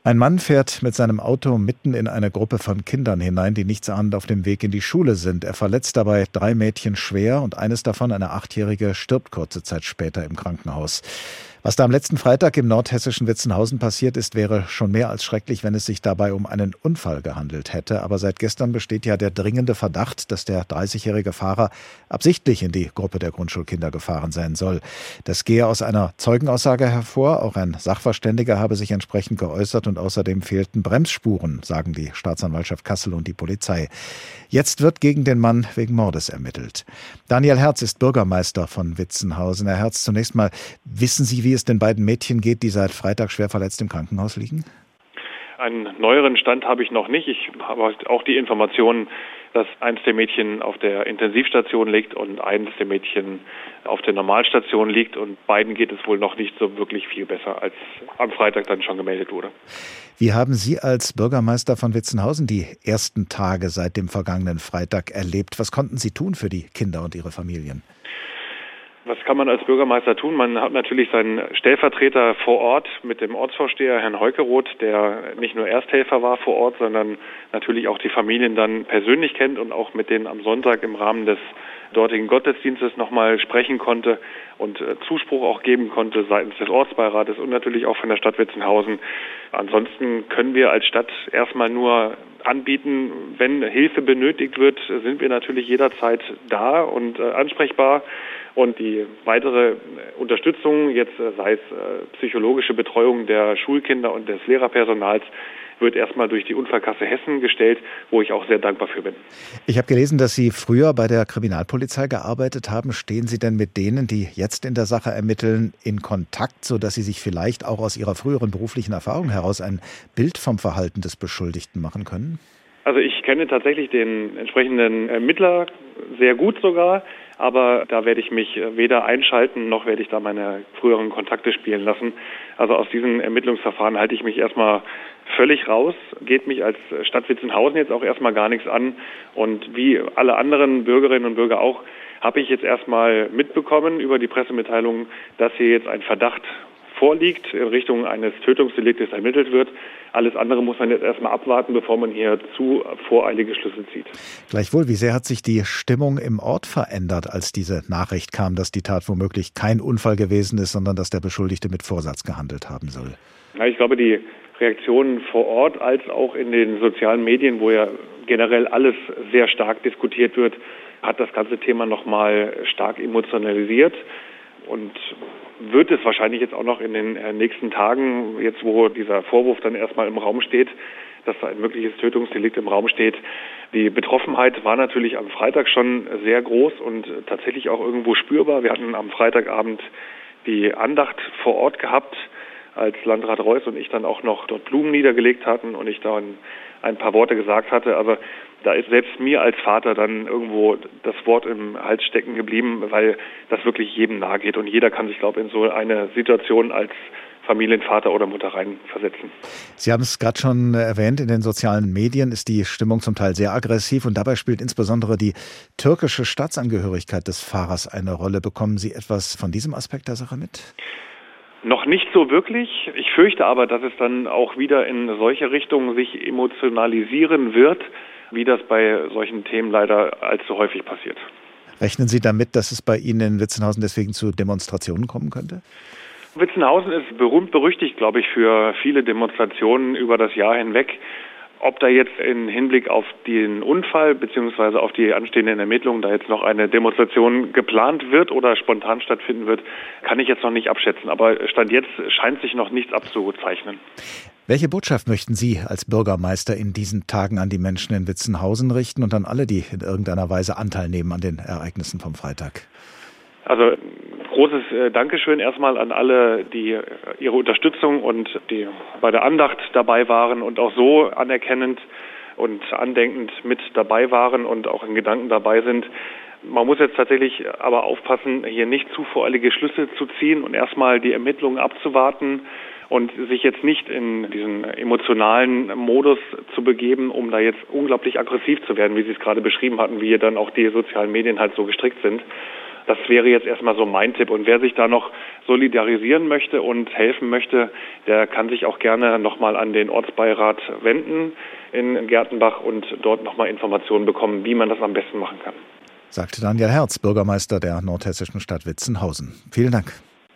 Ein Mann fährt mit seinem Auto mitten in eine Gruppe von Kindern hinein, die nichtsahnend auf dem Weg in die Schule sind. Er verletzt dabei 3 Mädchen schwer und eines davon, eine 8-Jährige, stirbt kurze Zeit später im Krankenhaus. Was da am letzten Freitag im nordhessischen Witzenhausen passiert ist, wäre schon mehr als schrecklich, wenn es sich dabei um einen Unfall gehandelt hätte. Aber seit gestern besteht ja der dringende Verdacht, dass der 30-jährige Fahrer absichtlich in die Gruppe der Grundschulkinder gefahren sein soll. Das gehe aus einer Zeugenaussage hervor. Auch ein Sachverständiger habe sich entsprechend geäußert und außerdem fehlten Bremsspuren, sagen die Staatsanwaltschaft Kassel und die Polizei. Jetzt wird gegen den Mann wegen Mordes ermittelt. Daniel Herz ist Bürgermeister von Witzenhausen. Herr Herz, zunächst mal, wissen Sie, wie es den beiden Mädchen geht, die seit Freitag schwer verletzt im Krankenhaus liegen? Einen neueren Stand habe ich noch nicht. Ich habe auch die Information, dass eins der Mädchen auf der Intensivstation liegt und eines der Mädchen auf der Normalstation liegt. Und beiden geht es wohl noch nicht so wirklich viel besser, als am Freitag dann schon gemeldet wurde. Wie haben Sie als Bürgermeister von Witzenhausen die ersten Tage seit dem vergangenen Freitag erlebt? Was konnten Sie tun für die Kinder und ihre Familien? Was kann man als Bürgermeister tun? Man hat natürlich seinen Stellvertreter vor Ort mit dem Ortsvorsteher, Herrn Heukeroth, der nicht nur Ersthelfer war vor Ort, sondern natürlich auch die Familien dann persönlich kennt und auch mit denen am Sonntag im Rahmen des dortigen Gottesdienstes nochmal sprechen konnte und Zuspruch auch geben konnte seitens des Ortsbeirates und natürlich auch von der Stadt Witzenhausen. Ansonsten können wir als Stadt erstmal nur anbieten, wenn Hilfe benötigt wird, sind wir natürlich jederzeit da und ansprechbar. Und die weitere Unterstützung, jetzt sei es psychologische Betreuung der Schulkinder und des Lehrerpersonals, wird erstmal durch die Unfallkasse Hessen gestellt, wo ich auch sehr dankbar für bin. Ich habe gelesen, dass Sie früher bei der Kriminalpolizei gearbeitet haben. Stehen Sie denn mit denen, die jetzt in der Sache ermitteln, in Kontakt, sodass Sie sich vielleicht auch aus Ihrer früheren beruflichen Erfahrung heraus ein Bild vom Verhalten des Beschuldigten machen können? Also ich kenne tatsächlich den entsprechenden Ermittler sehr gut sogar, aber da werde ich mich weder einschalten, noch werde ich da meine früheren Kontakte spielen lassen. Also aus diesen Ermittlungsverfahren halte ich mich erstmal völlig raus, geht mich als Stadt Witzenhausen jetzt auch erstmal gar nichts an. Und wie alle anderen Bürgerinnen und Bürger auch, habe ich jetzt erstmal mitbekommen über die Pressemitteilung, dass hier jetzt ein Verdacht vorliegt, in Richtung eines Tötungsdeliktes ermittelt wird. Alles andere muss man jetzt erstmal abwarten, bevor man hier zu voreilige Schlüsse zieht. Gleichwohl, wie sehr hat sich die Stimmung im Ort verändert, als diese Nachricht kam, dass die Tat womöglich kein Unfall gewesen ist, sondern dass der Beschuldigte mit Vorsatz gehandelt haben soll? Ja, ich glaube, die Reaktionen vor Ort als auch in den sozialen Medien, wo ja generell alles sehr stark diskutiert wird, hat das ganze Thema nochmal stark emotionalisiert. Und wird es wahrscheinlich jetzt auch noch in den nächsten Tagen, jetzt wo dieser Vorwurf dann erstmal im Raum steht, dass da ein mögliches Tötungsdelikt im Raum steht. Die Betroffenheit war natürlich am Freitag schon sehr groß und tatsächlich auch irgendwo spürbar. Wir hatten am Freitagabend die Andacht vor Ort gehabt, als Landrat Reuss und ich dann auch noch dort Blumen niedergelegt hatten und ich dann ein paar Worte gesagt hatte. Aber da ist selbst mir als Vater dann irgendwo das Wort im Hals stecken geblieben, weil das wirklich jedem nahe geht. Und jeder kann sich, glaube ich, in so eine Situation als Familienvater oder Mutter reinversetzen. Sie haben es gerade schon erwähnt, in den sozialen Medien ist die Stimmung zum Teil sehr aggressiv und dabei spielt insbesondere die türkische Staatsangehörigkeit des Fahrers eine Rolle. Bekommen Sie etwas von diesem Aspekt der Sache mit? Noch nicht so wirklich. Ich fürchte aber, dass es dann auch wieder in solche Richtungen sich emotionalisieren wird, wie das bei solchen Themen leider allzu häufig passiert. Rechnen Sie damit, dass es bei Ihnen in Witzenhausen deswegen zu Demonstrationen kommen könnte? Witzenhausen ist berühmt berüchtigt, glaube ich, für viele Demonstrationen über das Jahr hinweg. Ob da jetzt im Hinblick auf den Unfall bzw. auf die anstehenden Ermittlungen da jetzt noch eine Demonstration geplant wird oder spontan stattfinden wird, kann ich jetzt noch nicht abschätzen. Aber Stand jetzt scheint sich noch nichts abzuzeichnen. Welche Botschaft möchten Sie als Bürgermeister in diesen Tagen an die Menschen in Witzenhausen richten und an alle, die in irgendeiner Weise Anteil nehmen an den Ereignissen vom Freitag? Also großes Dankeschön erstmal an alle, die ihre Unterstützung und die bei der Andacht dabei waren und auch so anerkennend und andenkend mit dabei waren und auch in Gedanken dabei sind. Man muss jetzt tatsächlich aber aufpassen, hier nicht zu voreilige Schlüsse zu ziehen und erstmal die Ermittlungen abzuwarten und sich jetzt nicht in diesen emotionalen Modus zu begeben, um da jetzt unglaublich aggressiv zu werden, wie Sie es gerade beschrieben hatten, wie dann auch die sozialen Medien halt so gestrickt sind. Das wäre jetzt erstmal so mein Tipp. Und wer sich da noch solidarisieren möchte und helfen möchte, der kann sich auch gerne nochmal an den Ortsbeirat wenden in Gertenbach und dort nochmal Informationen bekommen, wie man das am besten machen kann. Sagte Daniel Herz, Bürgermeister der nordhessischen Stadt Witzenhausen. Vielen Dank.